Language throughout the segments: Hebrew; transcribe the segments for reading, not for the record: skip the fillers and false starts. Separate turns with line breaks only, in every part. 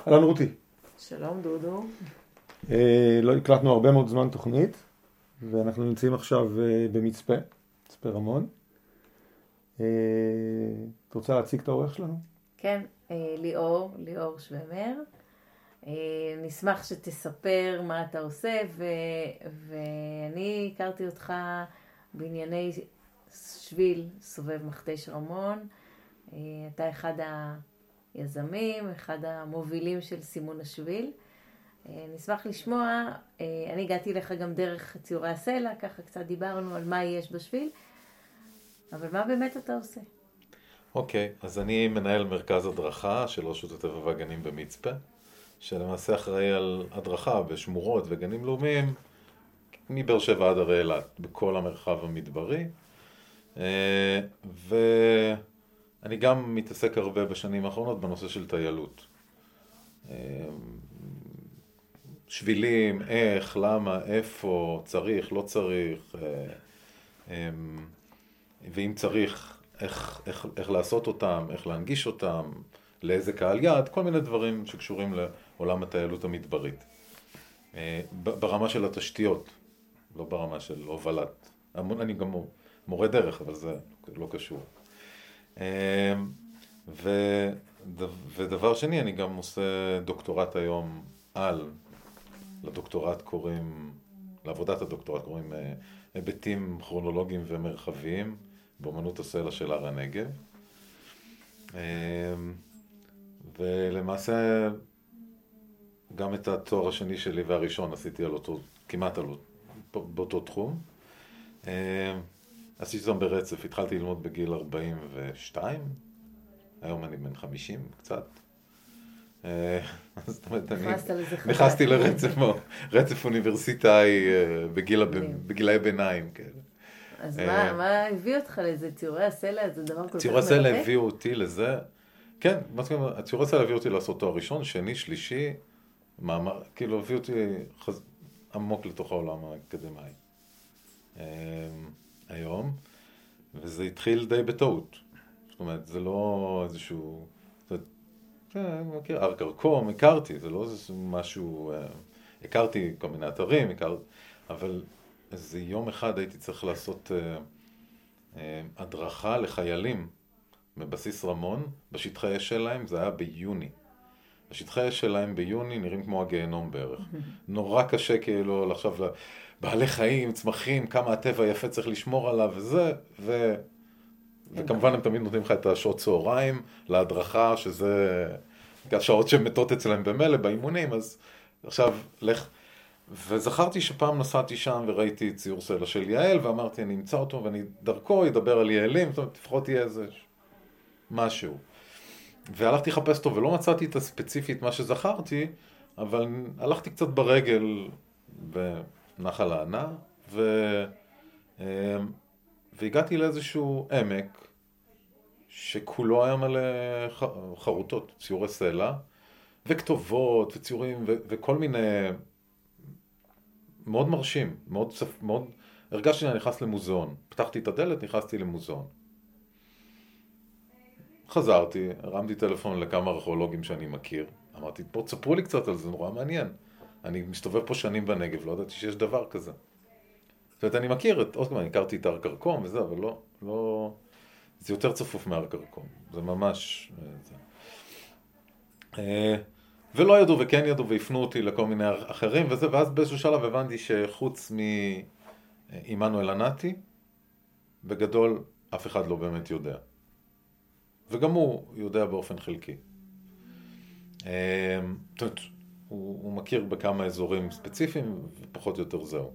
אהלן רותי.
שלום דודו.
לא הקלטנו הרבה מאוד זמן תוכנית, ואנחנו נמצאים עכשיו במצפה, מצפה רמון. את רוצה להציג את האורח שלנו?
כן, ליאור שוומר. נשמח שתספר מה אתה עושה, ואני הכרתי אותך בענייני שביל סובב מכתש רמון. אתה אחד היזמים, אחד המובילים של סימון השביל. נשמח לשמוע, אני הגעתי לך גם דרך ציורי הסלע, ככה קצת דיברנו על מה יש בשביל, אבל מה באמת אתה עושה?
אוקיי, אז אני מנהל מרכז הדרכה של רשות הטבע והגנים במצפה, שלמעשה אחראי על הדרכה בשמורות וגנים לאומיים, מבאר שבע עד הרי אילת, בכל המרחב המדברי. ואני גם מתעסק הרבה בשנים האחרונות בנושא של טיילות. שבילים, איך, למה, איפה, צריך, לא צריך, ואם צריך, איך לעשות אותם, איך להנגיש אותם, לאיזה קהל יעד, כל מיני דברים שקשורים לעולם הטיילות המדברית. ברמה של התשתיות, לא ברמה של הובלת. אני גם מורה דרך, אבל זה לא קשור. ודבר שני, אני גם עושה דוקטורט היום לדוקטורט קוראים, לעבודת הדוקטורט קוראים היבטים כרונולוגיים ומרחביים באמנות הסלע של הר הנגב. ולמעשה גם את התואר השני שלי והראשון עשיתי על אותו, כמעט באותו תחום. עשיתי אותם ברצף, התחלתי ללמוד בגיל 42, היום אני בן 50 קצת. זאת אומרת, אני נכנסתי לרצף אוניברסיטאי בגילי ביניים.
אז מה הביא אותך לזה? ציורי הסלע זה דבר כל כך מרתק?
ציורי הסלע הביאו אותי לזה, כן, ציורי הסלע הביאו אותי לעשות תואר ראשון, שני, שלישי, כאילו הביאו אותי עמוק לתוך העולם האקדמי היום, וזה התחיל די בטעות. זאת אומרת, זה לא איזשהו... אני מכיר, הר כרכום, הכרתי, זה לא משהו... הכרתי כל מיני אתרים, אבל איזה יום אחד הייתי צריך לעשות הדרכה לחיילים בבסיס רמון, בשטחי אש שלהם, זה היה ביוני. השטחי אש שלהם ביוני נראים כמו הגיהנום בערך. נורא קשה כאילו לחשוב לבעלי חיים, צמחים, כמה הטבע יפה צריך לשמור עליו וזה, וכמובן הם תמיד נותנים לך את השעות צהריים להדרכה, שזה השעות שמתות אצלם במלא, באימונים, אז עכשיו לך. וזכרתי שפעם נסעתי שם וראיתי ציור סלע של יעל, ואמרתי, אני אמצא אותו ואני דרכו ידבר על יעלים, זאת אומרת, לפחות יהיה איזה משהו. והלכתי לחפש אותו ולא מצאתי את הספציפית מה שזכרתי, אבל הלכתי קצת ברגל בנחל הענה, והגעתי לאיזשהו עמק, שכולו היה מלא חרוטות, ציורי סלע, וכתובות, וציורים, וכל מיני... מאוד מרשים, מאוד... הרגשתי שאני נכנס למוזיאון. פתחתי את הדלת, נכנסתי למוזיאון. חזרתי, הרמתי טלפון לכמה ארכיאולוגים שאני מכיר. אמרתי, פה תספרו לי קצת על זה, נורא מעניין. אני מסתובב פה שנים בנגב, לא ידעתי שיש דבר כזה. זאת אומרת, אני מכיר עוד כמה, אני הכרתי את הר כרכום וזה, אבל לא... זה יותר צפוף מהר כרכום. זה ממש... ולא ידעו וכן ידעו והפנו אותי לכל מיני אחרים וזה, ואז באיזשהו שלב הבנתי שחוץ מעמנואל ענתי, בגדול אף אחד לא באמת יודע. וגם הוא יודע באופן חלקי. הוא מכיר בכמה אזורים ספציפיים, ופחות או יותר זהו.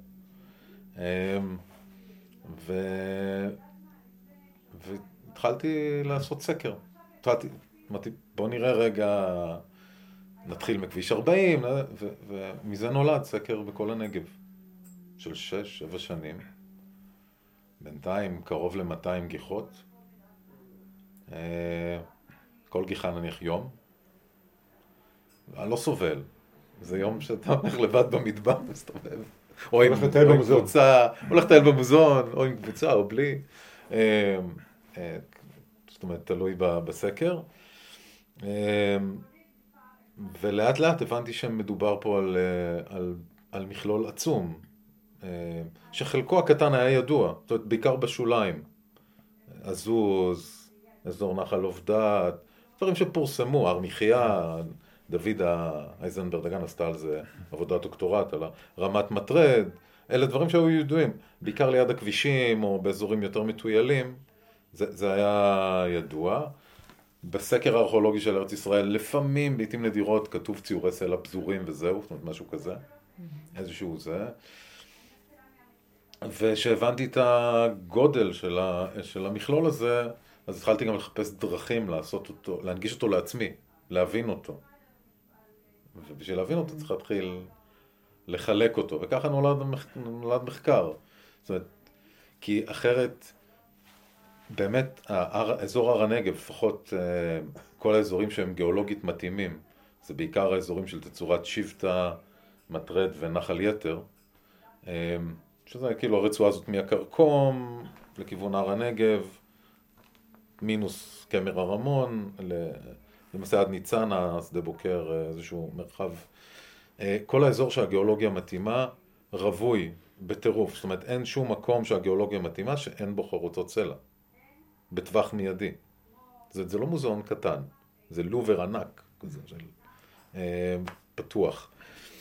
והתחלתי לעשות סקר. אמרתי, בוא נראה רגע, נתחיל מכביש 40, ומזה נולד סקר בכל הנגב, של 6-7 שנים. בינתיים קרוב ל-200 גיחות. כל גיחה נניח יום. אני לא סובל. זה יום שאתה הולך לבד במדבר, מסתובב. או עם קבוצה, הולך לטייל במוזיאון, או עם קבוצה או בלי. זאת אומרת, תלוי בסקר. ולאט לאט הבנתי שמדובר פה על מכלול עצום, שחלקו הקטן היה ידוע, זאת אומרת, בעיקר בשוליים. עזוז, אזור נחל עובדת, דברים שפורסמו, הר מחיה, דוד אייזנברג דגן עשתה על זה עבודת דוקטורט, על רמת מטרד, אלה דברים שהיו ידועים, בעיקר ליד הכבישים או באזורים יותר מטוילים, זה היה ידוע. בסקר הארכיאולוגי של ארץ ישראל, לפעמים, לעתים נדירות, כתוב ציורי סלע פזורים וזהו, זאת אומרת, משהו כזה, איזשהו זה. ושהבנתי את הגודל של המכלול הזה, אז התחלתי גם לחפש דרכים לעשות אותו, להנגיש אותו לעצמי, להבין אותו. ובשביל להבין אותו צריך להתחיל לחלק אותו, וככה נולד מחקר. זאת אומרת, כי אחרת, באמת, אזור הר הנגב, לפחות כל האזורים שהם גיאולוגית מתאימים, זה בעיקר האזורים של תצורת שבטה, מטרד ונחל יתר, שזה כאילו הרצועה הזאת מהקרקום לכיוון הר הנגב, מינוס קמר הרמון, למעשה עד ניצנה, שדה בוקר, איזשהו מרחב. כל האזור שהגיאולוגיה מתאימה רווי בטירוף, זאת אומרת אין שום מקום שהגיאולוגיה מתאימה שאין בו חרוצות סלע, בטווח מיידי. זה לא מוזיאון קטן, זה לובר ענק, כזה של פתוח.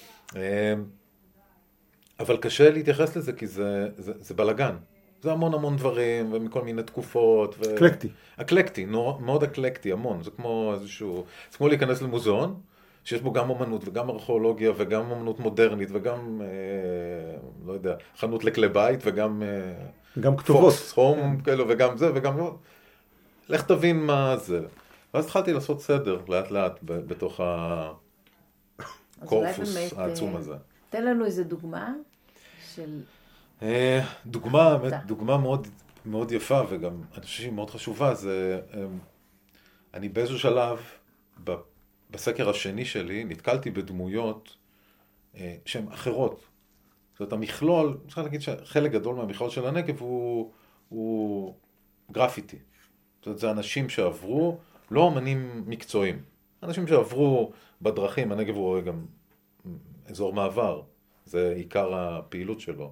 אבל קשה להתייחס לזה כי זה בלגן. זה המון דברים ומכל מיני תקופות.
אקלקטי.
אקלקטי, מאוד אקלקטי, המון. זה כמו איזשהו, זה כמו להיכנס למוזיאון, שיש בו גם אומנות וגם ארכיאולוגיה וגם אומנות מודרנית וגם, לא יודע, חנות לכלי בית וגם
גם כתובות.
פוקס, הום, כאלו, וגם זה וגם לא. לך תבין מה זה. ואז התחלתי לעשות סדר לאט לאט בתוך הקורפוס העצום הזה.
תן לנו איזה דוגמה של...
דוגמה מאוד, מאוד יפה וגם אני חושב שהיא מאוד חשובה, זה אני באיזשהו שלב בסקר השני שלי נתקלתי בדמויות שהן אחרות. זאת אומרת, המכלול, צריך להגיד שחלק גדול מהמכלול של הנגב הוא גרפיטי. זאת אומרת, זה אנשים שעברו, לא אמנים מקצועיים. אנשים שעברו בדרכים, הנגב הוא גם אזור מעבר, זה עיקר הפעילות שלו.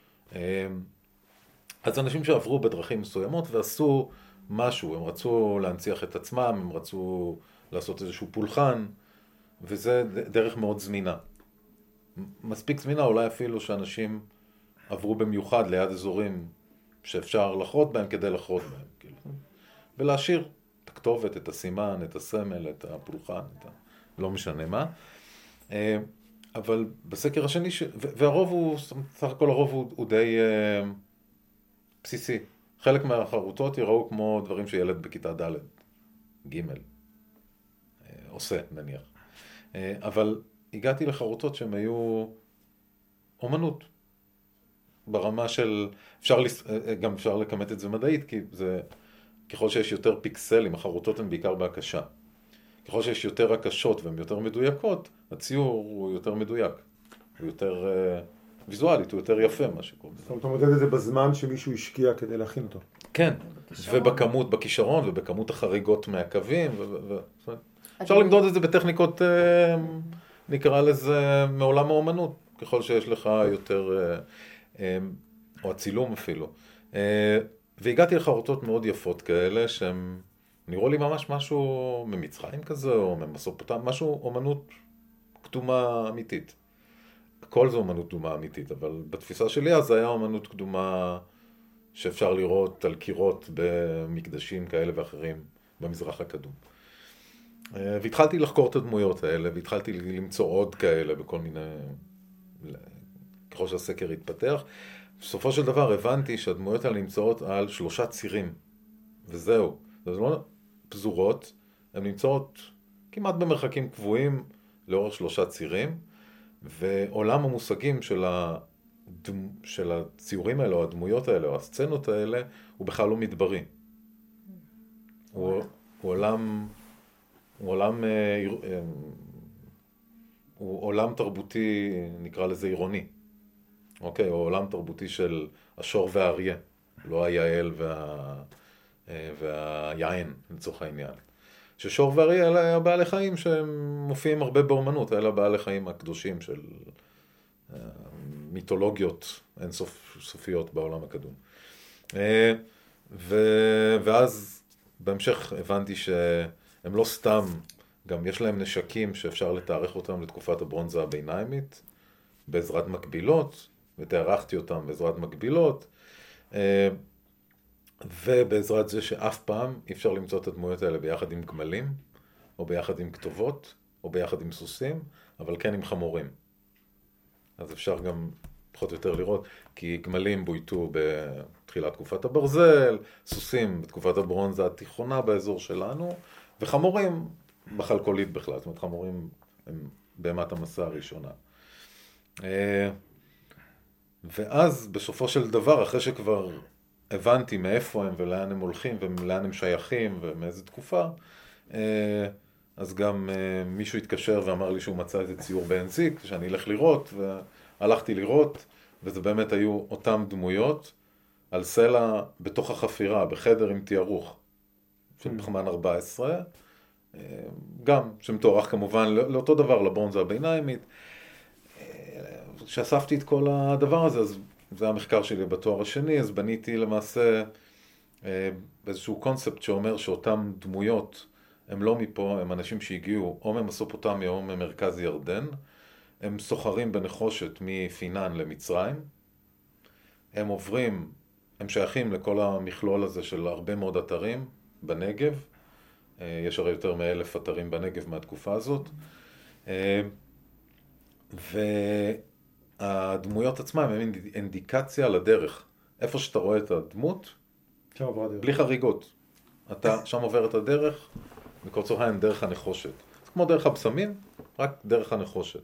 אז אנשים שעברו בדרכים מסוימות ועשו משהו, הם רצו להנציח את עצמם, הם רצו לעשות איזשהו פולחן, וזה דרך מאוד זמינה. מספיק זמינה, אולי אפילו שאנשים עברו במיוחד ליד אזורים שאפשר לחרות בהם כדי לחרות בהם, כאילו. ולהשאיר את הכתובת, את הסימן, את הסמל, את הפולחן, לא משנה מה. אבל בסקר השני, והרוב הוא, סך הכל הרוב הוא די בסיסי. חלק מהחרוטות יראו כמו דברים שילד בכיתה ד', ג' עושה נניח. אבל הגעתי לחרוטות שהן היו אומנות. ברמה של, גם אפשר לכמת את זה מדעית, כי זה, ככל שיש יותר פיקסלים, החרוטות הן בעיקר בהקשה. ככל שיש יותר הקשות והן יותר מדויקות, הציור הוא יותר מדויק. הוא יותר ויזואלית, הוא יותר יפה מה שקורה.
זאת אומרת, אתה מודד את זה בזמן שמישהו השקיע כדי להכין אותו.
כן, ובכמות, בכישרון ובכמות החריגות מהקווים. אפשר למדוד את זה בטכניקות, נקרא לזה, מעולם האומנות, ככל שיש לך יותר, או הצילום אפילו. והגעתי לחרוטות מאוד יפות כאלה, שהם נראו לי ממש משהו ממצרים כזה, או ממסופוטמיה, משהו אומנות קדומה אמיתית. הכל זה אומנות קדומה אמיתית, אבל בתפיסה שלי אז זה היה אומנות קדומה שאפשר לראות על קירות במקדשים כאלה ואחרים במזרח הקדום. והתחלתי לחקור את הדמויות האלה, והתחלתי למצוא עוד כאלה בכל מיני, ככל שהסקר התפתח. בסופו של דבר הבנתי שהדמויות האלה נמצאות על 3 צירים, וזהו. זה לא פזורות, הן נמצאות כמעט במרחקים קבועים לאורך 3 צירים, ועולם המושגים של הציורים האלה, או הדמויות האלה, או הסצנות האלה, הוא בכלל לא מדברי. הוא עולם תרבותי, נקרא לזה עירוני. אוקיי, או עולם תרבותי של השור והאריה, לא היעל והיען, לצורך העניין. ששור ואריה אלה הבעלי חיים שמופיעים הרבה באומנות, אלה הבעלי חיים הקדושים של מיתולוגיות אינסופיות בעולם הקדום. ואז בהמשך הבנתי שהם לא סתם, גם יש להם נשקים שאפשר לתארך אותם לתקופת הברונזה הביניימית, בעזרת מקבילות, ותארחתי אותם בעזרת מקבילות, ובעזרת זה שאף פעם אי אפשר למצוא את הדמויות האלה ביחד עם גמלים, או ביחד עם כתובות, או ביחד עם סוסים, אבל כן עם חמורים. אז אפשר גם פחות או יותר לראות, כי גמלים בויתו בתחילת תקופת הברזל, סוסים בתקופת הברונזה התיכונה באזור שלנו, וחמורים בחלקולית בכלל, זאת אומרת חמורים הם בהמת המסע הראשונה. ואז בסופו של דבר, אחרי שכבר הבנתי מאיפה הם ולאן הם הולכים ולאן הם שייכים ומאיזה תקופה, אז גם מישהו התקשר ואמר לי שהוא מצא איזה ציור באנזיק, שאני אלך לראות, והלכתי לראות, וזה באמת היו אותם דמויות על סלע בתוך החפירה, בחדר עם תיארוך של פחמן 14, גם שמתוארך כמובן לאותו דבר, לברונזה הביניימית. כשאספתי את כל הדבר הזה, אז זה המחקר שלי בתואר השני, אז בניתי למעשה באיזשהו קונספט שאומר שאותם דמויות הם לא מפה, הם אנשים שהגיעו או ממסופוטמיה או ממרכז ירדן, הם סוחרים בנחושת מפינן למצרים, הם עוברים, הם שייכים לכל המכלול הזה של הרבה מאוד אתרים בנגב, יש הרי יותר מ1,000 אתרים בנגב מהתקופה הזאת, והדמויות עצמם הם אינדיקציה לדרך. איפה שאתה רואה את הדמות, בלי חריגות. אתה שם עובר את הדרך, בקוצר העין דרך הנחושת. זה כמו דרך הבשמים, רק דרך הנחושת.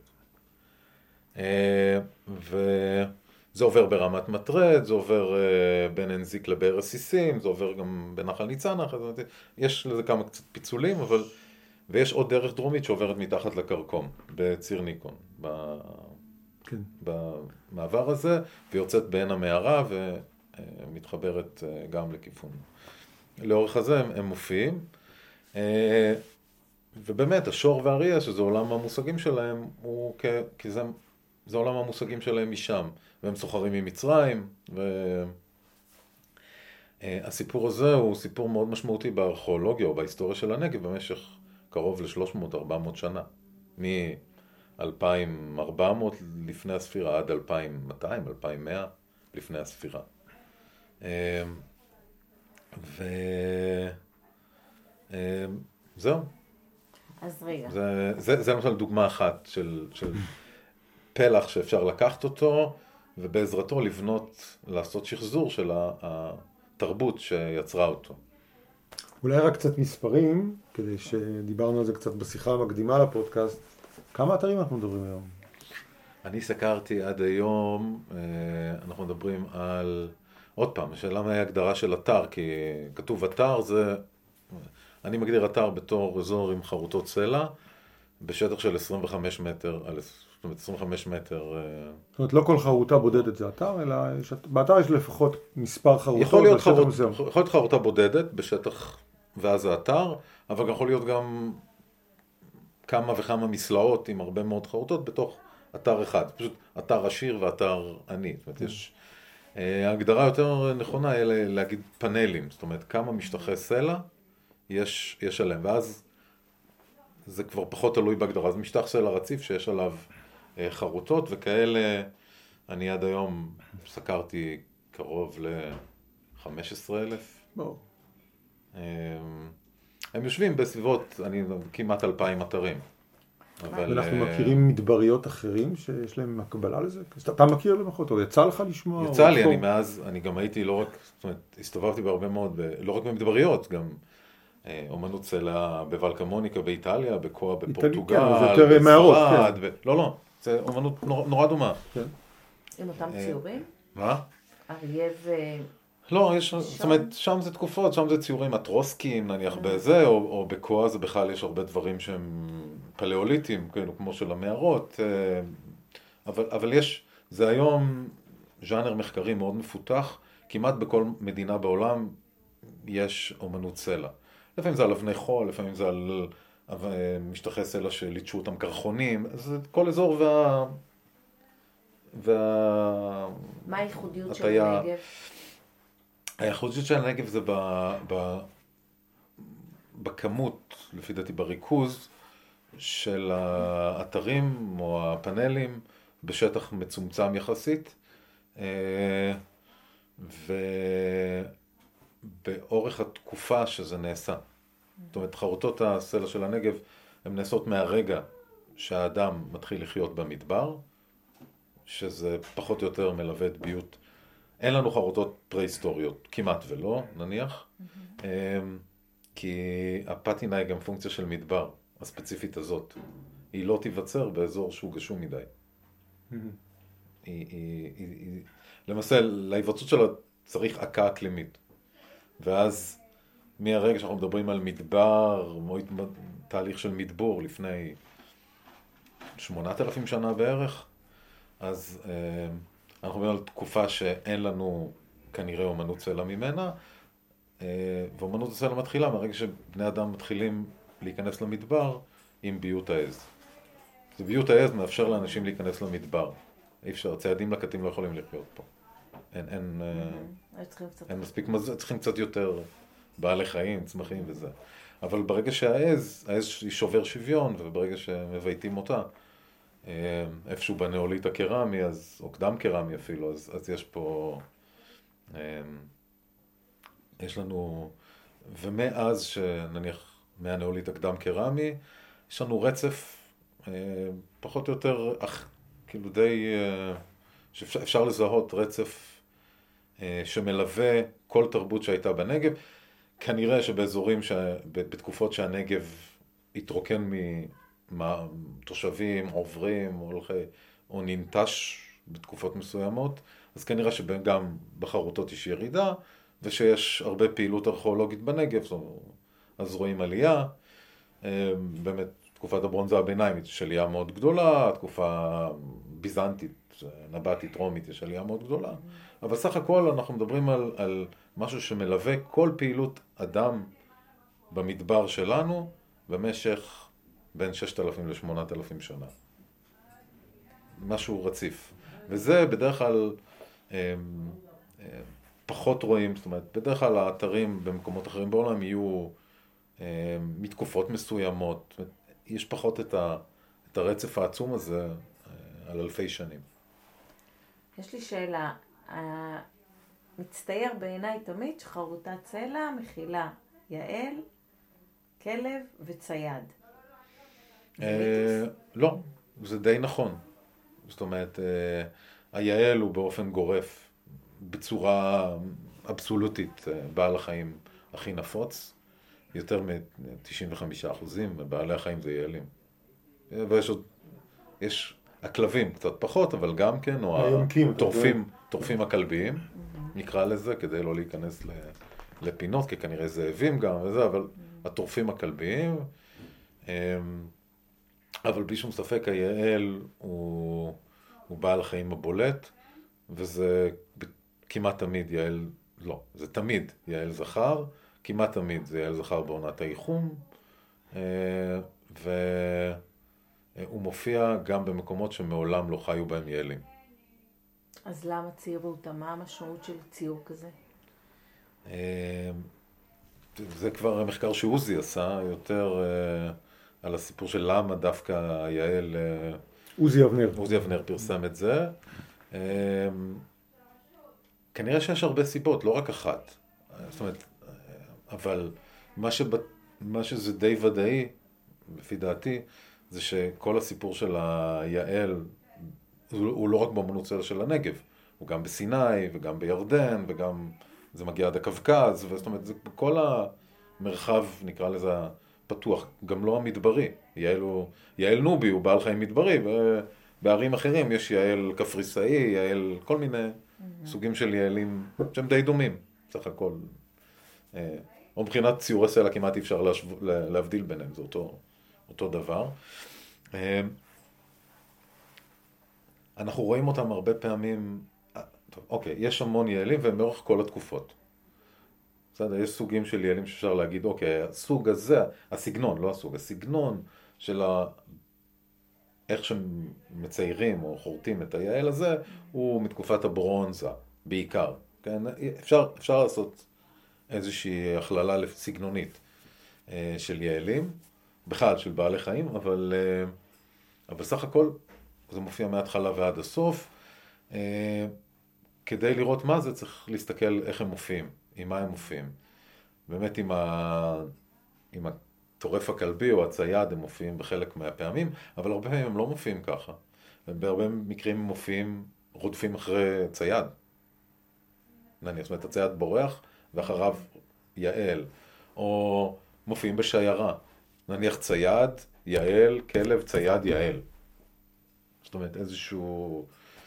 וזה עובר ברמת מטרד, זה עובר בין אנזיק לבאר הסיסים, זה עובר גם בנחל ניצנה, יש לזה כמה קצת פיצולים, אבל... ויש עוד דרך דרומית שעוברת מתחת לקרקום, בציר ניקון, כן. במעבר הזה, ויוצאת בין המערה ומתחברת גם לכיוון. לאורך הזה הם מופיעים, ובאמת השור והאריה, שזה עולם המושגים שלהם, כי זה עולם המושגים שלהם משם, והם סוחרים ממצרים, והסיפור הזה הוא סיפור מאוד משמעותי בארכיאולוגיה או בהיסטוריה של הנגב במשך קרוב ל-300-400 שנה, מ-2400 לפני הספירה עד 2200, 2100 לפני הספירה. זהו.
אז רגע.
זה למשל דוגמה אחת של פלח שאפשר לקחת אותו, ובעזרתו לבנות, לעשות שחזור של התרבות שיצרה אותו.
אולי רק קצת מספרים, כדי שדיברנו על זה קצת בשיחה המקדימה לפודקאסט. כמה אתרים אנחנו מדברים היום?
אני סקרתי עד היום, אנחנו מדברים על, עוד פעם, השאלה מה היא הגדרה של אתר, כי כתוב אתר זה, אני מגדיר אתר בתור אזור עם חרוטות סלע, בשטח של 25 מטר, זאת אומרת 25 מטר.
זאת אומרת, לא כל חרוטה בודדת זה אתר, אלא באתר יש לפחות מספר חרוטות.
יכול להיות חרוטה בודדת בשטח ואז זה אתר, אבל יכול להיות גם כמה וכמה מסלעות עם הרבה מאוד חרוטות בתוך אתר אחד. פשוט אתר עשיר ואתר עני. זאת אומרת, יש... ההגדרה יותר נכונה היא להגיד פאנלים, זאת אומרת, כמה משטחי סלע יש עליהם, ואז זה כבר פחות תלוי בהגדרה. זה משטח סלע רציף שיש עליו חרוטות, וכאלה אני עד היום סקרתי קרוב ל-15,000. הם יושבים בסביבות, כמעט 2,000 אתרים.
ואנחנו מכירים מדבריות אחרים שיש להם מקבלה לזה? אתה מכיר למחות, או יצא לך לשמוע?
יצא לי, אני גם הייתי לא רק, זאת אומרת, הסתובבתי בהרבה מאוד, לא רק במדבריות, גם אומנות סלע בוולקמוניקה באיטליה, בקואה בפורטוגל, בספרד, לא, זה אומנות נורא דומה.
עם אותם ציורים?
מה?
אריה ו...
לא, זאת אומרת, שם זה תקופות, שם זה ציורים אטרוסקיים, נניח בזה, או בקואה זה בכלל יש הרבה דברים שהם פלאוליטיים, כמו של המערות, אבל יש, זה היום ז'אנר מחקרי מאוד מפותח, כמעט בכל מדינה בעולם יש אומנות סלע. לפעמים זה על אבני חול, לפעמים זה על משטחי סלע שליטשו אותם קרחונים, אז כל אזור
מה הייחודיות של הנגב?
הייחודיות של הנגב זה בכמות, לפי דעתי בריכוז, של האתרים או הפאנלים בשטח מצומצם יחסית, ובאורך התקופה שזה נעשה. זאת אומרת, חרוטות הסלע של הנגב הן נעשות מהרגע שהאדם מתחיל לחיות במדבר, שזה פחות או יותר מלווה את ביות. אין לנו חרוטות פרה-היסטוריות, כמעט ולא, נניח, כי הפטינה היא גם פונקציה של מדבר, הספציפית הזאת. היא לא תיווצר באזור שהוא גשום מדי. למעשה, להיווצרות שלה צריך עקה אקלימית. ואז, מהרגע שאנחנו מדברים על מדבר, תהליך של מדבור לפני 8,000 שנה בערך, אז אנחנו מדברים על תקופה שאין לנו כנראה אומנות סלע ממנה, ואומנות הסלע מתחילה מהרגע שבני אדם מתחילים להיכנס למדבר עם ביות העז. אז ביות העז מאפשר לאנשים להיכנס למדבר. אי אפשר, ציידים לקטים לא יכולים לחיות פה. אין מספיק, צריכים קצת יותר בעלי חיים, צמחים וזה. אבל ברגע שהעז היא שובר שוויון, וברגע שמבייתים אותה, איפשהו בנאוליט הקרמי, או קדם קרמי אפילו, אז יש פה, יש לנו, ומאז שנניח מהנאוליט הקדם קרמי, יש לנו רצף פחות או יותר, כאילו די, שאפשר לזהות רצף שמלווה כל תרבות שהייתה בנגב. כנראה שבאזורים, בתקופות שהנגב התרוקן מתושבים, עוברים, או ננטש בתקופות מסוימות, אז כנראה שגם בחרוטות יש ירידה, ושיש הרבה פעילות ארכיאולוגית בנגב, אז רואים עלייה. באמת, תקופת הברונזה הביניים יש עלייה מאוד גדולה, תקופה ביזנטית, נבטית, רומית, יש עלייה מאוד גדולה. אבל סך הכל אנחנו מדברים על משהו שמלווה כל פעילות אדם במדבר שלנו במשך בין 6,000 ל-8,000 שנה. משהו רציף. וזה בדרך כלל פחות רואים, זאת אומרת, בדרך כלל האתרים במקומות אחרים בעולם יהיו מתקופות מסוימות. יש פחות את הרצף העצום הזה על אלפי שנים.
יש לי שאלה. מצטייר בעיניי תמיד שחרוטת סלע מכילה יעל, כלב וצייד.
לא, זה די נכון. זאת אומרת, היעל הוא באופן גורף, בצורה אבסולוטית, בעל החיים הכי נפוץ. יותר מ-95% מבעלי החיים זה יעלים. ויש עוד, הכלבים קצת פחות, אבל גם כן, או הטורפים הכלביים, נקרא לזה, כדי לא להיכנס לפינות, כי כנראה זאבים גם וזה, אבל הטורפים הכלביים, אבל בלי שום ספק היעל הוא בעל החיים הבולט, וזה כמעט תמיד יעל, לא, זה תמיד יעל זכר, כמעט תמיד זה יעל זכר בעונת האיחום, והוא מופיע גם במקומות שמעולם לא חיו בהם יעלים.
אז למה ציירו אותם? מה המשמעות של ציור כזה?
זה כבר המחקר שעוזי עשה, יותר על הסיפור של למה דווקא יעל...
עוזי
אבנר פרסם את זה. כנראה שיש הרבה סיבות, לא רק אחת. זאת אומרת, אבל מה שזה די ודאי, לפי דעתי, זה שכל הסיפור של היעל, הוא לא רק באמנות סלע של הנגב, הוא גם בסיני וגם בירדן וגם זה מגיע עד הקווקז, זאת אומרת, זה כל המרחב, נקרא לזה, פתוח, גם לא המדברי. יעל נובי הוא בעל חיים מדברי, ובערים אחרים יש יעל קפריסאי, יעל, כל מיני סוגים של יעלים שהם די דומים, סך הכל. או מבחינת ציורי סלע כמעט אי אפשר להבדיל ביניהם, זה אותו דבר. אנחנו רואים אותם הרבה פעמים, אוקיי, יש המון יעלים והם מאורך כל התקופות. בסדר, יש סוגים של יעלים שאפשר להגיד, אוקיי, הסוג הזה, הסגנון, לא הסוג, הסגנון של איך שמציירים או חורטים את היעל הזה, הוא מתקופת הברונזה, בעיקר. כן? אפשר לעשות איזושהי הכללה סגנונית של יעלים, בכלל של בעלי חיים, אבל בסך הכל זה מופיע מההתחלה ועד הסוף. כדי לראות מה זה צריך להסתכל איך הם מופיעים, עם מה הם מופיעים. באמת עם הטורף הכלבי או הצייד הם מופיעים בחלק מהפעמים, אבל הרבה פעמים הם לא מופיעים ככה. בהרבה מקרים הם מופיעים, רודפים אחרי צייד. נניח, זאת אומרת, הצייד בורח ואחריו יעל. או מופיעים בשיירה. נניח צייד, יעל, כלב, צייד, יעל. זאת אומרת, איזשהו...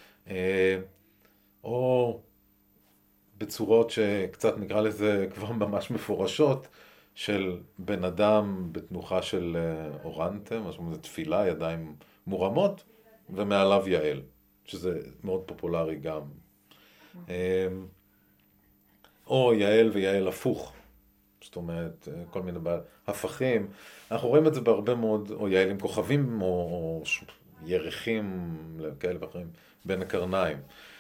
או בצורות שקצת נקרא לזה כבר ממש מפורשות, של בן אדם בתנוחה של אורנטה, משהו כמו תפילה, ידיים מורמות, ומעליו יעל, שזה מאוד פופולרי גם. או יעל ויעל הפוך, זאת אומרת, כל מיני הפכים. אנחנו רואים את זה בהרבה מאוד, או יעל עם כוכבים, או ירחים כאלה ואחרים, בין הקרניים.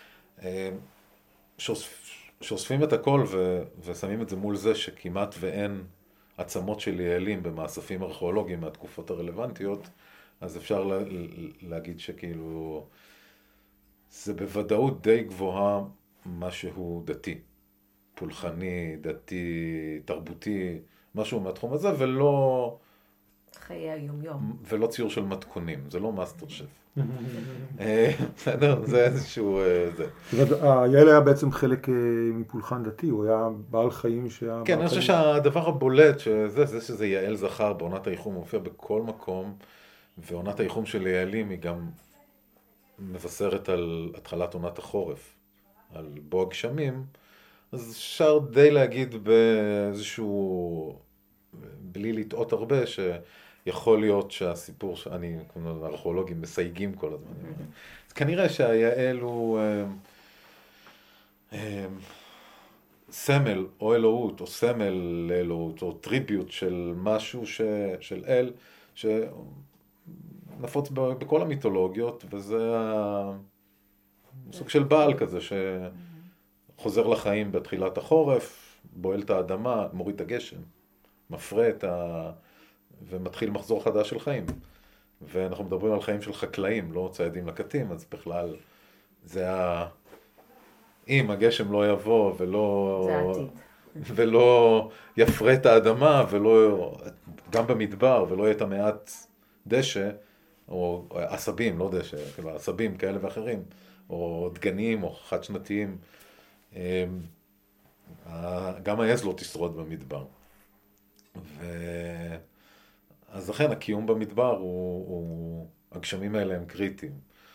שאוספים את הכל ושמים את זה מול זה שכמעט ואין עצמות של יעלים במאספים ארכיאולוגיים מהתקופות הרלוונטיות, אז אפשר להגיד שכאילו זה בוודאות די גבוהה משהו דתי, פולחני, דתי, תרבותי, משהו מהתחום הזה, ולא...
חיי היום-יום.
ולא ציור של מתכונים, זה לא מאסטר שף. בסדר? זה איזשהו...
היעל היה בעצם חלק מפולחן דתי, הוא היה בעל חיים שהיה...
כן, אני חושב שהדבר הבולט, שזה יעל זכר בעונת האיחום, מופיע בכל מקום, ועונת האיחום של יעלים היא גם מבשרת על התחלת עונת החורף, על בוא הגשמים, אז אפשר די להגיד באיזשהו... בלי לטעות הרבה, שיכול להיות שהסיפור, הארכיאולוגים מסייגים כל הזמן. אז כנראה שהיעל הוא סמל או אלוהות, או סמל לאלוהות, או טריביוט של משהו של אל, שנפוץ בכל המיתולוגיות, וזה סוג של בעל כזה, שחוזר לחיים בתחילת החורף, בועל את האדמה, מוריד את הגשם. מפרה ומתחיל מחזור חדש של חיים. ואנחנו מדברים על חיים של חקלאים, לא ציידים לקטים, אז בכלל זה אם הגשם לא יבוא ולא יפרה את האדמה, גם במדבר, ולא יהיה את המעט דשא, או עשבים, לא דשא, כאילו עשבים כאלה ואחרים, או דגנים, או חד שנתיים, גם העז לא תשרוד במדבר. אז לכן הקיום במדבר הגשמים האלה הם קריטיים.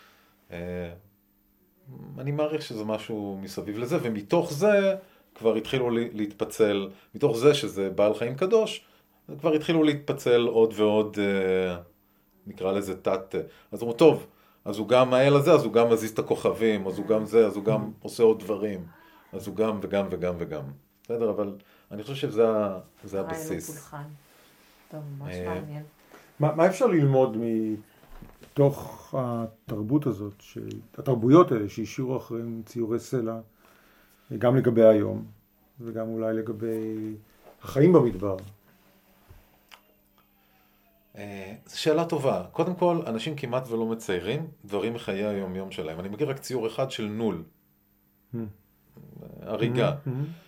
אני מעריך שזה משהו מסביב לזה, ומתוך זה כבר התחילו להתפצל, מתוך זה שזה בעל חיים קדוש, כבר התחילו להתפצל עוד ועוד, נקרא לזה תת. אז אמרו, טוב, אז הוא גם האל הזה, אז הוא גם מזיז את הכוכבים, אז הוא גם זה, אז הוא גם עושה עוד דברים, אז הוא גם וגם וגם וגם. בסדר, אבל אני חושב שזה הבסיס.
טוב, ממש מעניין.
מה אפשר ללמוד מתוך התרבות הזאת, התרבויות האלה שהשאירו אחריהם ציורי סלע, גם לגבי היום, וגם אולי לגבי החיים במדבר?
זו שאלה טובה. קודם כל, אנשים כמעט ולא מציירים דברים מחיי היום-יום שלהם. אני מכיר רק ציור אחד של נול. הריגה.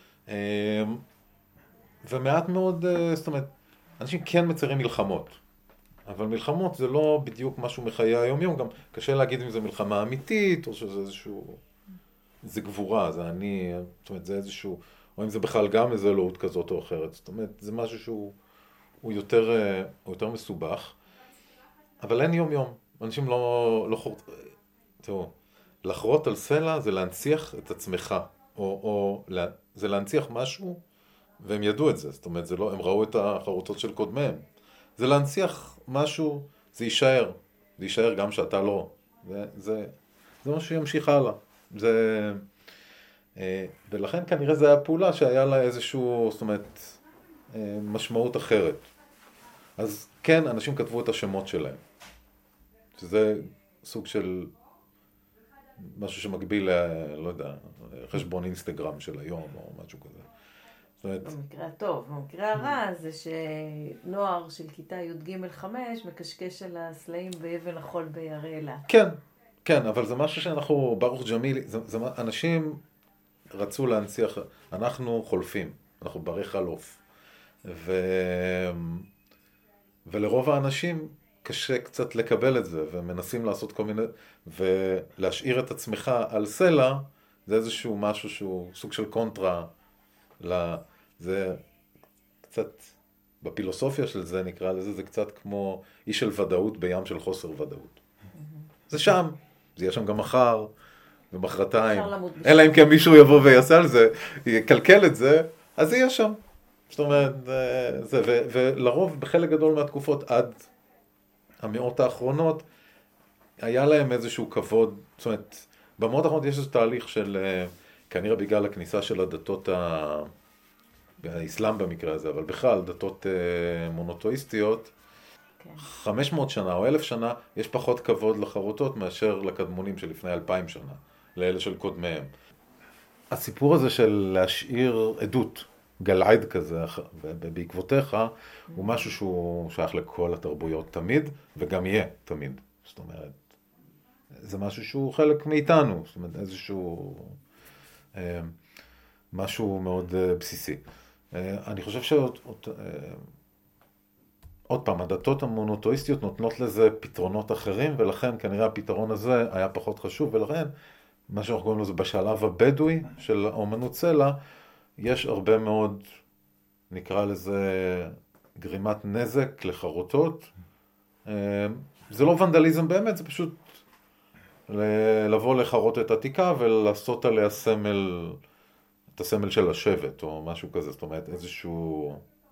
ומעט מאוד, זאת אומרת, אנשים כן מציירים מלחמות. אבל מלחמות זה לא בדיוק משהו מחיי היום-יום, גם קשה להגיד אם זה מלחמה אמיתית, או שזה איזשהו... זה גבורה, זה אני, זאת אומרת, זה איזשהו... או אם זה בכלל גם איזו אלוהות כזאת או אחרת. זאת אומרת, זה משהו שהוא יותר מסובך, אבל אין יום-יום. אנשים לא חורת... תראו, לחרות על סלע זה להנציח את עצמך, או זה להנציח משהו, והם ידעו את זה. זאת אומרת, זה לא, הם ראו את החרוטות של קודמיהם. זה להנציח משהו, זה יישאר. זה יישאר גם שאתה לא. זה משהו שימשיך הלאה. זה... ולכן כנראה זו הייתה פעולה שהיה לה איזשהו, זאת אומרת, משמעות אחרת. אז כן, אנשים כתבו את השמות שלהם. שזה סוג של משהו שמקביל, לא יודע, חשבון אינסטגרם של היום או משהו כזה.
במקרה הטוב, במקרה הרע זה שנוער של כיתה י"ג-5 מקשקש על הסלעים באבן החול ביערי אילת.
כן, כן, אבל זה משהו שאנחנו, ברוך ג'מילי, אנשים רצו להנציח, אנחנו חולפים, אנחנו ברי חלוף. ולרוב האנשים קשה קצת לקבל את זה, ומנסים לעשות כל מיני, ולהשאיר את עצמך על סלע, זה איזשהו משהו שהוא סוג של קונטרה, זה קצת, בפילוסופיה של זה נקרא לזה, זה קצת כמו איש של ודאות בים של חוסר ודאות. זה שם, זה יהיה שם גם מחר, ומחרתיים. אלא אם כן מישהו יבוא ויעשה על זה, יקלקל את זה, אז זה יהיה שם. זאת אומרת, ולרוב בחלק גדול מהתקופות עד המאות האחרונות, היה להם איזשהו כבוד, זאת אומרת, במאות האחרונות יש איזה תהליך של, כנראה בגלל הכניסה של הדתות, האסלאם במקרה הזה, אבל בכלל, דתות מונותואיסטיות, 500 שנה או 1000 שנה, יש פחות כבוד לחרוטות מאשר לקדמונים של לפני 2000 שנה, לאלה של קודמיהם. הסיפור הזה של להשאיר עדות, גלעד כזה, ובעקבותיך, הוא משהו שהוא שייך לכל התרבויות תמיד, וגם יהיה תמיד. זאת אומרת, זה משהו שהוא חלק מאיתנו, זאת אומרת, איזשהו משהו מאוד בסיסי. אני חושב עוד פעם, הדתות המונותואיסטיות נותנות לזה פתרונות אחרים, ולכן כנראה הפתרון הזה היה פחות חשוב, ולכן מה שאנחנו קוראים לזה בשלב הבדואי של האומנות סלע, יש הרבה מאוד, נקרא לזה, גרימת נזק לחרוטות. זה לא ונדליזם באמת, זה פשוט לבוא לחרוטת עתיקה ולעשות עליה סמל, את הסמל של השבט או משהו כזה, זאת אומרת איזשהו...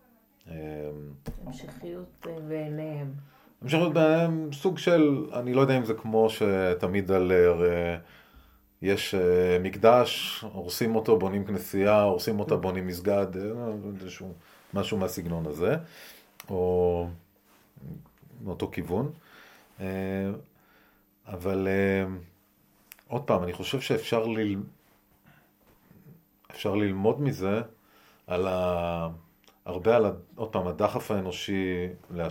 המשכיות בעיניהם.
המשכיות בעיניהם, סוג של, אני לא יודע אם זה כמו שתמיד על... יש מקדש, הורסים אותו, בונים כנסייה, הורסים אותה, בונים מסגד, משהו מהסגנון הזה, או מאותו כיוון. אבל עוד פעם, אני חושב שאפשר ללמוד מזה על הרבה על, עוד פעם, הדחף האנושי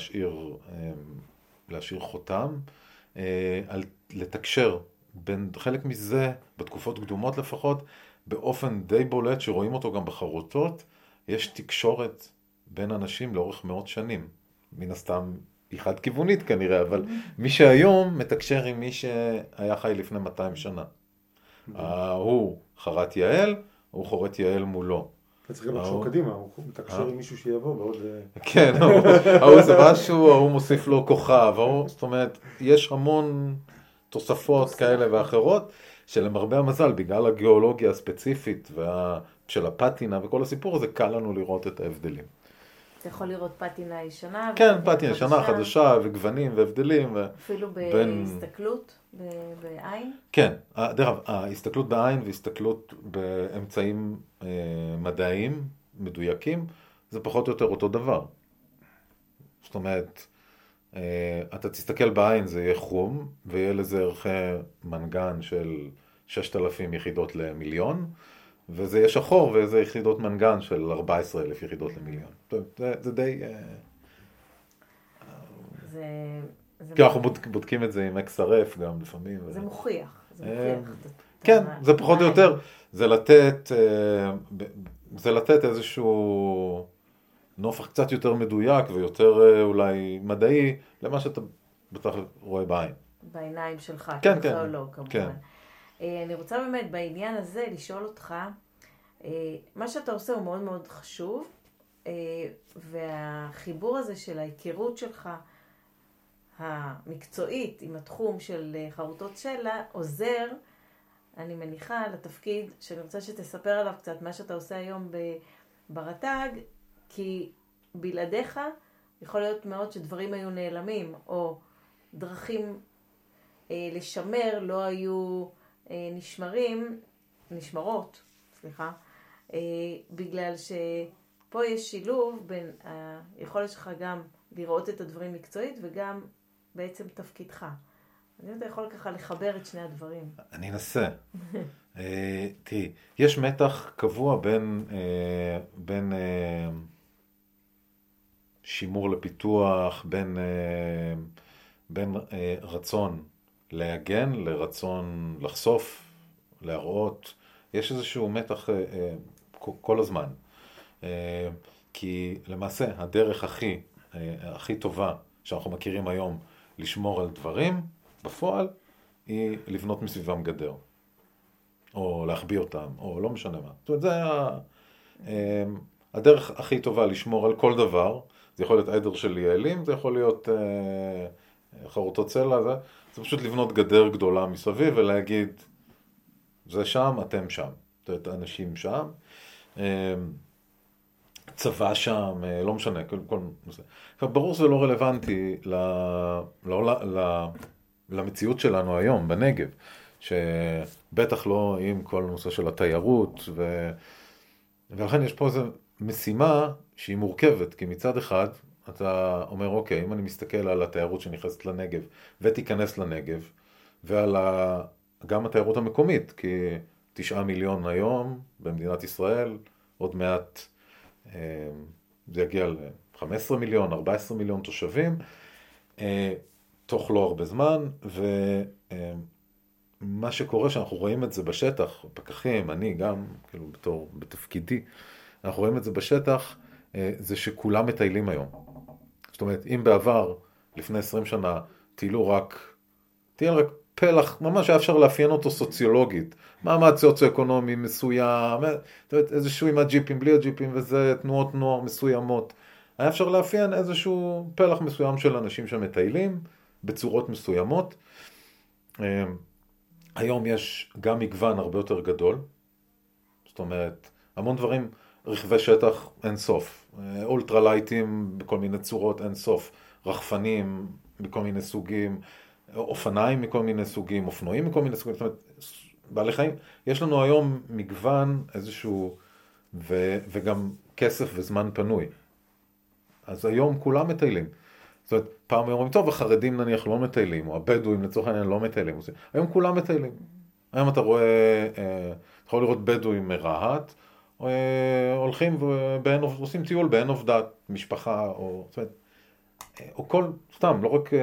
להשאיר חותם, על לתקשר בין חלק מזה, בתקופות קדומות לפחות, באופן די בולט שרואים אותו גם בחרוטות, יש תקשורת בין אנשים לאורך מאות שנים. מן הסתם היא חד כיוונית כנראה, אבל מי שהיום מתקשר עם מי שהיה חי לפני 200 שנה. הוא חרת יעל, הוא חורת יעל מולו.
אתה צריך גם לחשוב קדימה, הוא מתקשר עם מישהו שיבוא בעוד...
כן, הוא זה משהו, הוא מוסיף לו כוכב, זאת אומרת, יש המון... תוספות כאלה ואחרות, שלמרבה המזל, בגלל הגיאולוגיה הספציפית של הפטינה וכל הסיפור הזה, קל לנו לראות את ההבדלים.
אתה יכול לראות פטינה ישנה.
כן, פטינה ישנה, חדשה, וגוונים והבדלים.
אפילו בהסתכלות, בעין?
כן, דרך ההסתכלות בעין והסתכלות באמצעים מדעיים, מדויקים, זה פחות או יותר אותו דבר. זאת אומרת, אתה תסתכל בעין, זה יהיה חום, ויהיה לזה ערכי מנגן של 6,000 יחידות למיליון, וזה יהיה שחור, וזה יחידות מנגן של 14,000 יחידות למיליון. זה די... כי אנחנו בודקים את זה עם XRF גם לפעמים.
זה מוכיח.
כן, זה פחות או יותר. זה לתת איזשהו... נופח קצת יותר מדויק ויותר אולי מדעי למה שאתה בטח רואה בעין.
בעיניים שלך,
כן, כן.
לא, כמובן.
כן.
אני רוצה באמת בעניין הזה לשאול אותך, מה שאתה עושה הוא מאוד מאוד חשוב, והחיבור הזה של ההיכרות שלך המקצועית עם התחום של חרוטות סלע עוזר, אני מניחה, לתפקיד שאני רוצה שתספר עליו קצת מה שאתה עושה היום ברט"ג, כי בלעדיך יכול להיות מאוד שדברים היו נעלמים, או דרכים לשמר לא היו נשמרות, סליחה, בגלל שפה יש שילוב בין היכולת שלך גם לראות את הדברים מקצועית וגם בעצם תפקידך. אז אם אתה יכול ככה לחבר את שני הדברים.
אני אנסה. תראי, יש מתח קבוע בין שימור לפיתוח, בין רצון להגן, לרצון לחשוף, להראות. יש איזשהו מתח כל הזמן. כי למעשה הדרך הכי טובה שאנחנו מכירים היום לשמור על דברים, בפועל, היא לבנות מסביבם גדר. או להחביא אותם, או לא משנה מה. זאת אומרת, זה הדרך הכי טובה לשמור על כל דבר. זה יכול להיות עדר של יעלים, זה יכול להיות חרוטות צלע, זה פשוט לבנות גדר גדולה מסביב ולהגיד, זה שם, אתם שם. זאת אומרת, אנשים שם, צבא שם, לא משנה, כל נושא. ברור שזה לא רלוונטי למציאות שלנו היום, בנגב, שבטח לא עם כל נושא של התיירות, ולכן יש פה איזו משימה שהיא מורכבת, כי מצד אחד אתה אומר, אוקיי, אם אני מסתכל על התיירות שנכנסת לנגב, ותיכנס לנגב, ועל גם התיירות המקומית, כי 9 מיליון היום במדינת ישראל, עוד מעט זה יגיע ל-15 מיליון, 14 מיליון תושבים, תוך לא הרבה זמן, ומה שקורה שאנחנו רואים את זה בשטח, פקחים, אני גם, כאילו בתור, בתפקידי, אנחנו רואים את זה בשטח, זה שכולם מטיילים היום. זאת אומרת, אם בעבר, לפני 20 שנה, טייל רק פלח, ממש היה אפשר לאפיין אותו סוציולוגית, מעמד סוציו-אקונומי מסוים, איזשהו עם הג'יפים, בלי הג'יפים, וזה תנועות נוער מסוימות. היה אפשר לאפיין איזשהו פלח מסוים של אנשים שמטיילים, בצורות מסוימות. היום יש גם מגוון הרבה יותר גדול, זאת אומרת, המון דברים, רכבי שטח אין סוף, אולטרלייטים בכל מיני צורות אין סוף, רחפנים בכל מיני סוגים, אופניים מכל מיני סוגים, אופנועים מכל מיני סוגים, זאת אומרת, בעלי חיים, יש לנו היום מגוון איזשהו, וגם כסף וזמן פנוי. אז היום כולם מטיילים. זאת אומרת, פעם אומרים, טוב, החרדים נניח לא מטיילים, או הבדואים לצורך העניין לא מטיילים. היום כולם מטיילים. היום אתה רואה, אתה יכול לראות בדואים מרהט, הולכים ועושים טיול בעין עובדת, משפחה, או, זאת אומרת, או כל, סתם, לא רק,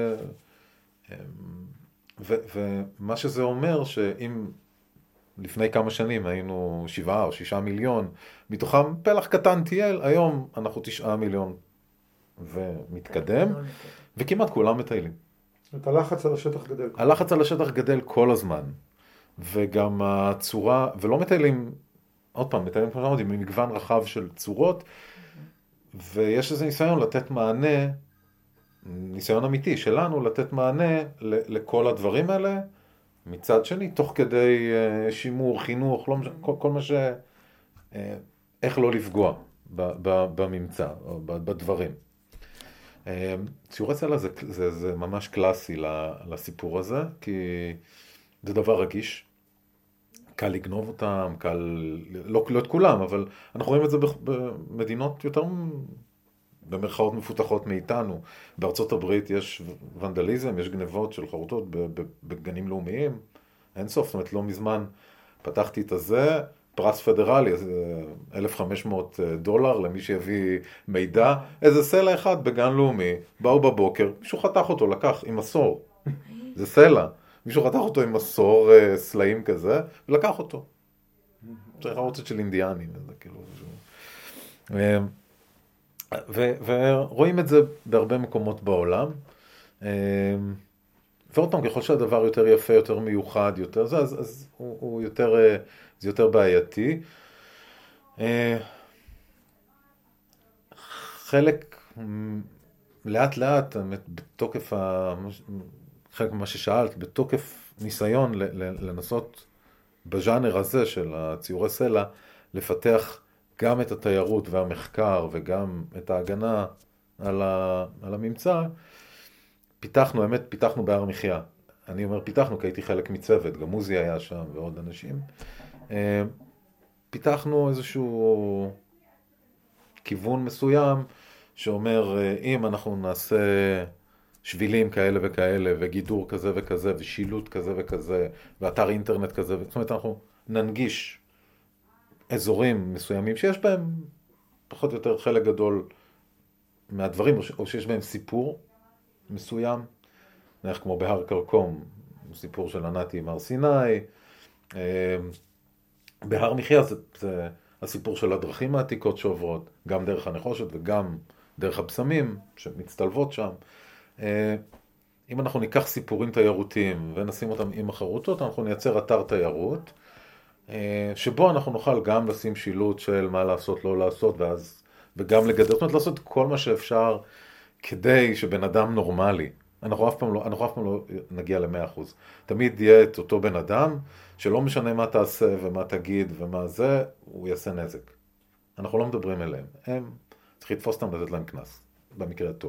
ומה שזה אומר, שאם לפני כמה שנים היינו 7 או 6 מיליון, מתוכם פלח קטן טייל, היום אנחנו 9 מיליון ומתקדם, וכמעט כולם מטיילים.
את הלחץ על השטח גדל.
הלחץ על השטח גדל כל הזמן, וגם הצורה, ולא מטיילים, עוד פעם, מטיילים כמו שאמרתי, ממגוון רחב של צורות, ויש איזה ניסיון לתת מענה, ניסיון אמיתי שלנו לתת מענה לכל הדברים האלה, מצד שני, תוך כדי שימור, חינוך, לא, כל מה איך לא לפגוע בממצא, או בדברים. ציורי צלע זה ממש קלאסי לסיפור הזה, כי זה דבר רגיש, קל לגנוב אותם, לא את כולם, אבל אנחנו רואים את זה במדינות יותר במרכאות מפותחות מאיתנו. בארצות הברית יש ונדליזם, יש גנבות של חרוטות בגנים לאומיים, אין סוף, זאת אומרת לא מזמן פתחתי את הזה, פרס פדרלי, $1,500 למי שיביא מידע, איזה סלע אחד בגן לאומי, באו בבוקר, מישהו חתך אותו, לקח עם מסור, זה סלע, מישהו חתך אותו עם מסור סלעים כזה, ולקח אותו. זה חרוטות של אינדיאנים, זה כאילו... ורואים את זה בהרבה מקומות בעולם, ועוד פעם, ככל שהדבר יותר יפה, יותר מיוחד, יותר זה, אז הוא יותר, זה יותר בעייתי. חלק, לאט לאט, בתוקף, חלק ממה ששאלת, בתוקף ניסיון לנסות בז'אנר הזה של הציורי סלע, לפתח גם את התיירות והמחקר וגם את ההגנה על הממצא, פיתחנו בהר מחיה. אני אומר פיתחנו כי הייתי חלק מצוות, גם מוזי היה שם ועוד אנשים. פיתחנו איזשהו כיוון מסוים, שאומר, אם אנחנו נעשה שבילים כאלה וכאלה, וגידור כזה וכזה, ושילוט כזה וכזה, ואתר אינטרנט כזה, זאת אומרת, אנחנו ננגיש אזורים מסוימים שיש בהם פחות או יותר חלק גדול מהדברים, או שיש בהם סיפור מסוים, נניח כמו בהר קרקום, סיפור של ענתי עם הר סיני, בהר מחיה זה הסיפור של הדרכים העתיקות שעוברות, גם דרך הנחושת וגם דרך הבשמים שמצטלבות שם. אם אנחנו ניקח סיפורים תיירותיים ונשים אותם עם החרוטות, אנחנו נייצר אתר תיירות, שבו אנחנו נוכל גם לשים שילוט של מה לעשות, לא לעשות, וגם לגדר, זאת אומרת, לעשות כל מה שאפשר כדי שבן אדם נורמלי, אנחנו אף פעם לא נגיע ל-100%. תמיד יהיה את אותו בן אדם, שלא משנה מה תעשה ומה תגיד ומה זה, הוא יעשה נזק. אנחנו לא מדברים אליהם. צריך לתפוס אותם לתת להם כנס, במקרה הטוב.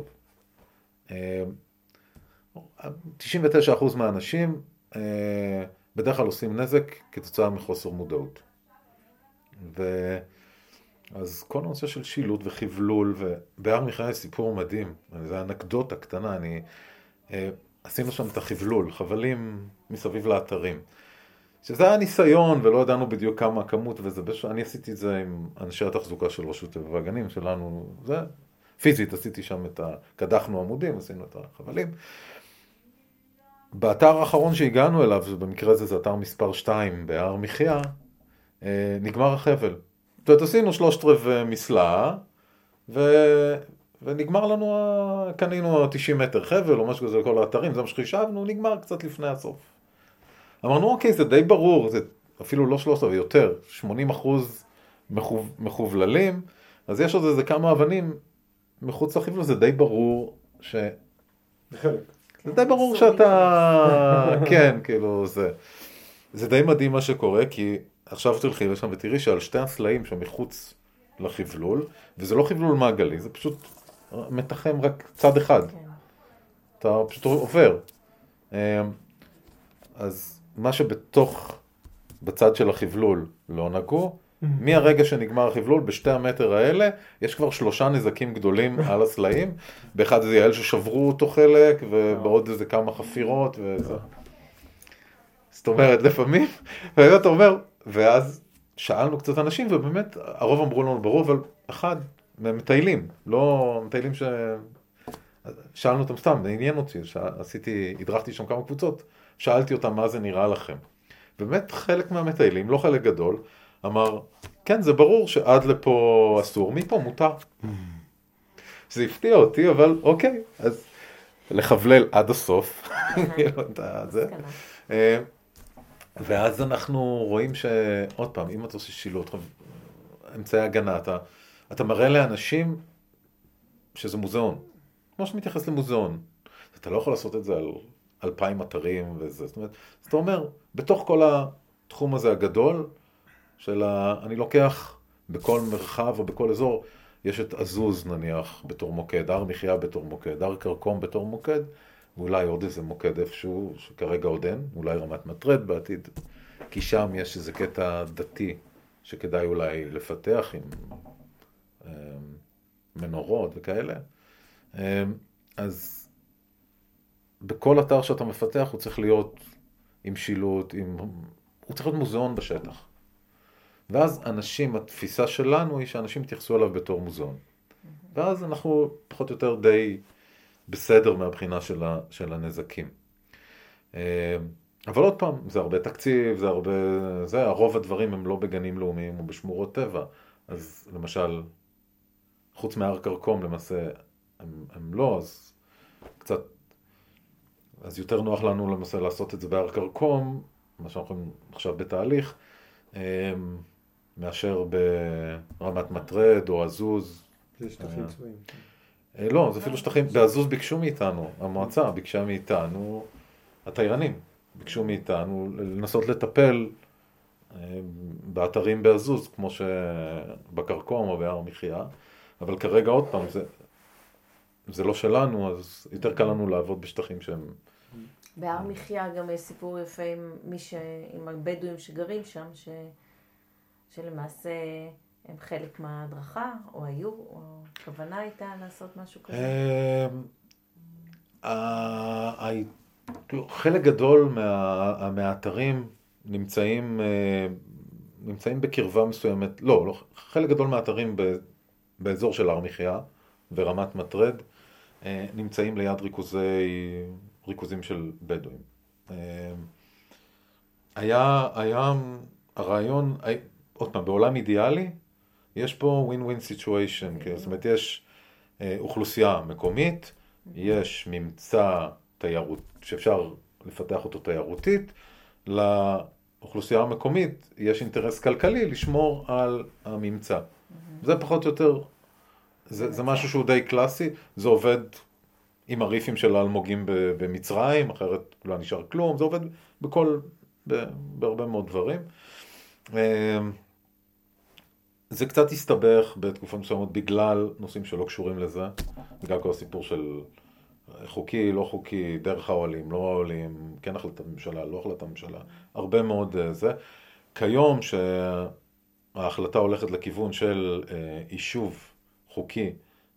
99% מהאנשים בדרך כלל עושים נזק כתוצאה מחוסר מודעות. אז כל הנושא של שילוט וחבלול, ובהר מחיה יש סיפור מדהים, זה אנקדוטה קטנה, עשינו שם את החבלול, חבלים מסביב לאתרים. שזה היה ניסיון ולא ידענו בדיוק כמה הכמות, אני עשיתי את זה עם אנשי התחזוקה של רשות טבע והגנים שלנו, זה פיזית, עשיתי שם קדחנו עמודים, עשינו את החבלים. באתר האחרון שהגענו אליו, במקרה הזה זה אתר מספר 2 בהר מחיה, נגמר החבל. זאת אומרת, עשינו 3/4 מסלעה, ונגמר לנו, קנינו 90 מטר חבל או משהו כזה לכל האתרים, זה מה שחישבנו, נגמר קצת לפני הסוף. אמרנו, אוקיי, זה די ברור, זה אפילו לא 3 ויותר, 80% מחובללים, אז יש עוד איזה כמה אבנים מחוץ לחבל, זה די ברור זה די ברור שאתה, כן, כאילו זה די מדהים מה שקורה, כי עכשיו תלכי לשם ותראי שעל שתי הסלעים שמחוץ לחבלול, וזה לא חבלול מעגלי, זה פשוט מתחם רק צד אחד. אתה פשוט עובר. אז מה בצד של החבלול לא נגעו, מהרגע שנגמר החבלול, בשתי המטר האלה, יש כבר 3 נזקים גדולים על הסלעים, באחד זה יעל ששברו אותו חלק, ובעוד איזה כמה חפירות, וזה. זאת אומרת, לפעמים, ואתה אומר, ואז שאלנו קצת אנשים, ובאמת, הרוב אמרו לנו ברור, אבל אחד, מטיילים, לא מטיילים שאלנו אותם סתם, זה עניין אותי, הדרכתי שם כמה קבוצות, שאלתי אותם מה זה נראה לכם. באמת, חלק מהמטיילים, לא חלק גדול, אמר, כן, זה ברור שעד לפה אסור, מפה מותר. זה הפתיע אותי, אבל אוקיי, אז לחבלל עד הסוף. ואז אנחנו רואים שעוד פעם, אם אתה עושה שילוט, אמצעי הגנה, אתה מראה לאנשים שזה מוזיאון. כמו שמתייחס למוזיאון. אתה לא יכול לעשות את זה על 2,000 אתרים וזה. זאת אומרת, אתה אומר, בתוך כל התחום הזה הגדול, אני לוקח בכל מרחב או בכל אזור, יש את עזוז נניח בתור מוקד, הר מחיה בתור מוקד, הר קרקום בתור מוקד, ואולי עוד איזה מוקד איפשהו שכרגע עוד אין, אולי רמת מטרד בעתיד, כי שם יש איזה קטע דתי שכדאי אולי לפתח עם מנורות וכאלה. אז בכל אתר שאתה מפתח הוא צריך להיות עם שילוט, הוא צריך להיות מוזיאון בשטח. ואז אנשים, התפיסה שלנו היא שאנשים יתייחסו אליו בתור מוזיאון. ואז אנחנו פחות או יותר די בסדר מהבחינה של הנזקים. אבל עוד פעם, זה הרבה תקציב, הרוב הדברים הם לא בגנים לאומיים או בשמורות טבע. אז למשל, חוץ מהר קרקום למעשה, הם לא, אז קצת, אז יותר נוח לנו למעשה לעשות את זה בהר קרקום, מה שאנחנו עכשיו בתהליך, מאשר ברמת מטרד או עזוז.
זה שטחים צבאיים.
לא, זה אפילו שטחים, בעזוז ביקשו מאיתנו, המועצה ביקשה מאיתנו, התיירנים ביקשו מאיתנו לנסות לטפל באתרים בעזוז, כמו שבקרקום או בהר מחיה, אבל כרגע עוד פעם, זה לא שלנו, אז יותר קל לנו לעבוד בשטחים שהם...
בהר מחיה גם יש סיפור יפה עם הבדואים שגרים שם, שלמעשה הם חלק מההדרכה, או היו, או הכוונה הייתה לעשות משהו כזה?
חלק גדול מהאתרים נמצאים בקרבה מסוימת, לא, חלק גדול מהאתרים באזור של הר מחיה ורמת מטרד, נמצאים ליד ריכוזים של בדואים. היה הרעיון, עוד פעם, בעולם אידיאלי, יש פה win-win situation, זאת אומרת, יש אוכלוסייה מקומית, יש ממצא תיירות, שאפשר לפתח אותו תיירותית, לאוכלוסייה המקומית יש אינטרס כלכלי לשמור על הממצא. זה פחות או יותר, זה משהו שהוא די קלאסי, זה עובד עם הריפים של האלמוגים במצרים, אחרת לא נשאר כלום, זה עובד בהרבה מאוד דברים. זה קצת הסתבך בתקופה מסוימת בגלל נושאים שלא קשורים לזה, בגלל כל הסיפור של חוקי, לא חוקי, דרך העולים, לא העולים, כן החלטת ממשלה, לא החלטת ממשלה, הרבה מאוד זה. כיום שההחלטה הולכת לכיוון של יישוב חוקי,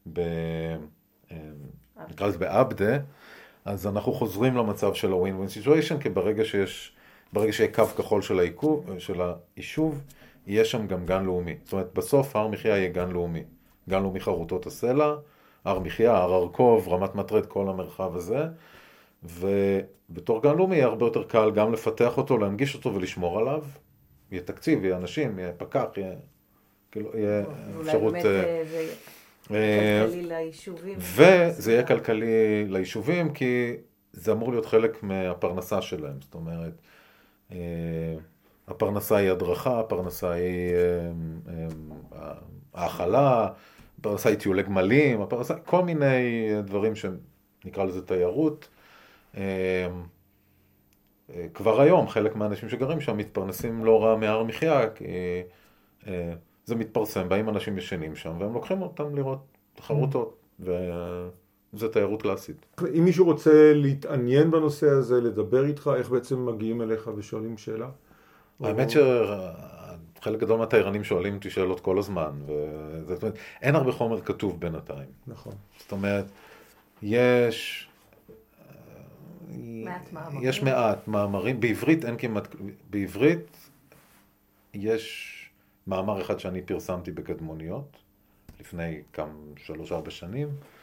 נקרא לזה בעבדה, אז אנחנו חוזרים למצב של ה-win-win situation, כי ברגע שיהיה קו כחול של היישוב, יהיה שם גם גן לאומי. זאת אומרת, בסוף הר מחיה יהיה גן לאומי. גן לאומי חרוטות הסלע, הר מחיה, הר ארכוב, רמת מטרד, כל המרחב הזה. ובתור גן לאומי יהיה הרבה יותר קל גם לפתח אותו, להנגיש אותו ולשמור עליו. יהיה תקציב, יהיה אנשים, יהיה פקח, יהיה אפשרות...
אולי באמת זה כלכלי ליישובים.
וזה יהיה כלכלי ליישובים, כי זה אמור להיות חלק מהפרנסה שלהם. זאת אומרת, הפרנסה היא הדרכה, הפרנסה היא האכלה, הפרנסה היא טיולי גמלים, כל מיני דברים שנקרא לזה תיירות. כבר היום חלק מהאנשים שגרים שם מתפרנסים לא רע מהר מחיה, כי זה מתפרסם, באים אנשים ישנים שם, והם לוקחים אותם לראות תחרותות, וזה תיירות קלאסית.
אם מישהו רוצה להתעניין בנושא הזה, לדבר איתך, איך בעצם מגיעים אליך ושואלים שאלה?
האמת שחלק גדול מהתיירנים שואלים אותי שאלות כל הזמן, זאת אומרת, אין הרבה חומר כתוב בינתיים.
נכון.
זאת אומרת, יש מעט מאמרים, בעברית אין כמעט, בעברית יש מאמר אחד שאני פרסמתי בקדמוניות, לפני 3-4 שנים,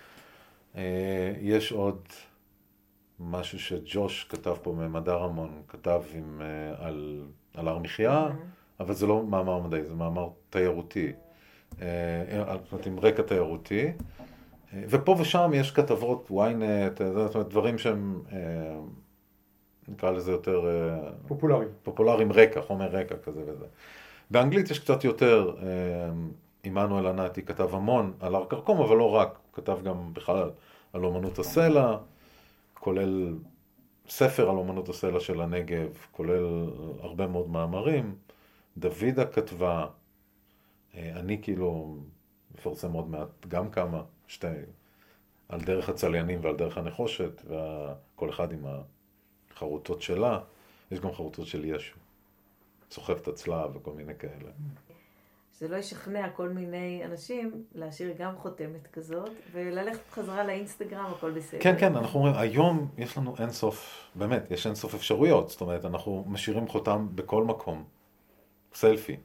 יש עוד משהו שג'וש כתב פה ממדע רמון, כתב על הר מחיה, אבל זה לא מאמר מדעי, זה מאמר תיירותי, עם רקע תיירותי, ופה ושם יש כתבות, ynet, זאת אומרת, דברים שהם, נקרא לזה יותר... פופולריים רקע, חומר רקע כזה וזה. באנגלית יש קצת יותר, עמנואל ענתי כתב המון על הר כרכום, אבל לא רק, הוא כתב גם בכלל על אומנות הסלע, כולל ספר על אומנות הסלע של הנגב, כולל הרבה מאוד מאמרים. דוידה כתבה, אני כאילו מפרסם עוד מעט גם כמה, על דרך הצליינים ועל דרך הנחושת, וכל אחד עם החרוטות שלה. יש גם חרוטות של ישו, סוחב את הצלב וכל מיני כאלה.
זה לא ישכנע כל מיני אנשים להשאיר גם חותמת כזאת, וללכת חזרה לאינסטגרם, הכל בסדר.
כן, כן, אנחנו אומרים, היום יש לנו אינסוף, באמת, יש אינסוף אפשרויות, זאת אומרת, אנחנו משאירים חותם בכל מקום, סלפי.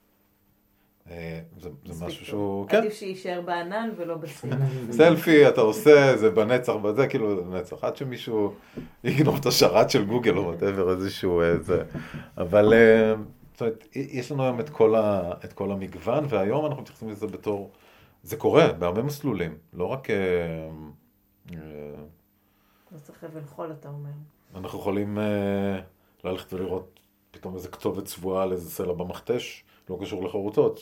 זה משהו שהוא, כן.
עדיף שישאר בענן ולא בסביב.
סלפי, אתה עושה, זה בנצח, בזה, כאילו, נצח, עד שמישהו יגנוב את השרת של גוגל או whatever, איזשהו, זה. אבל... זאת אומרת, יש לנו היום את כל המגוון, והיום אנחנו מתייחסים לזה בתור, זה קורה בהרבה מסלולים, לא רק...
לא צריך חבל חול, אתה אומר.
אנחנו יכולים ללכת ולראות פתאום איזה כתובת צבועה על איזה סלע במכתש, לא קשור לחרוטות.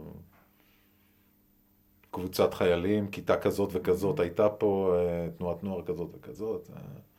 קבוצת חיילים, כיתה כזאת וכזאת, הייתה פה תנועת נוער כזאת וכזאת.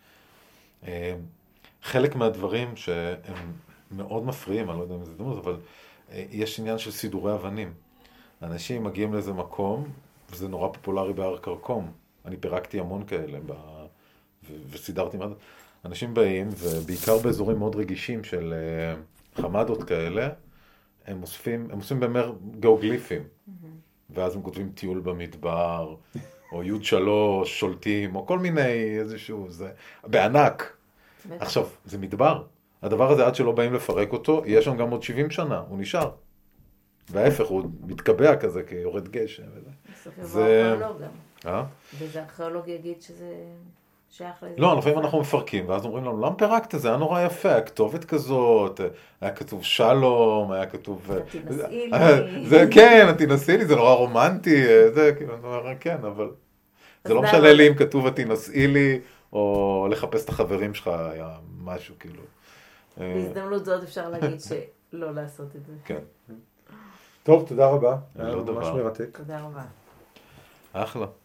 חלק מהדברים שהם... מאוד מפריעים, אני לא יודע אם זה דמות, אבל יש עניין של סידורי אבנים. אנשים מגיעים לאיזה מקום, וזה נורא פופולרי בהר כרכום. אני פירקתי המון כאלה, וסידרתי מה... אנשים באים, ובעיקר באזורים מאוד רגישים של חמדות כאלה, הם אוספים במר גיאוגליפים, ואז הם כותבים טיול במדבר, או יוד 3 שולטים, או כל מיני איזשהו, זה, בענק. עכשיו, זה מדבר. הדבר הזה, עד שלא באים לפרק אותו, יהיה שם גם עוד 70 שנה, הוא נשאר. וההפך, הוא מתקבע כזה, כי יורד גשם.
בסוף יבוא ארכיאולוג גם.
אה?
וזה ארכיאולוג יגיד שזה שייך לזה.
לא, לפעמים אנחנו מפרקים, ואז אומרים לנו, למה פירקת? זה היה נורא יפה, היה כתובת כזאת, היה כתוב שלום, היה כתוב...
תנסי לי.
זה כן, תנסי לי, זה נורא רומנטי, זה כאילו, אני אומר, כן, אבל... זה לא משנה לי אם כתוב תנסי לי, או לחפש את החברים שלך, היה משהו כאילו...
בהזדמנות זאת אפשר להגיד שלא לעשות את זה.
כן.
טוב, תודה רבה.
לא
היה ממש
דבר.
מרתק.
תודה רבה.
אחלה.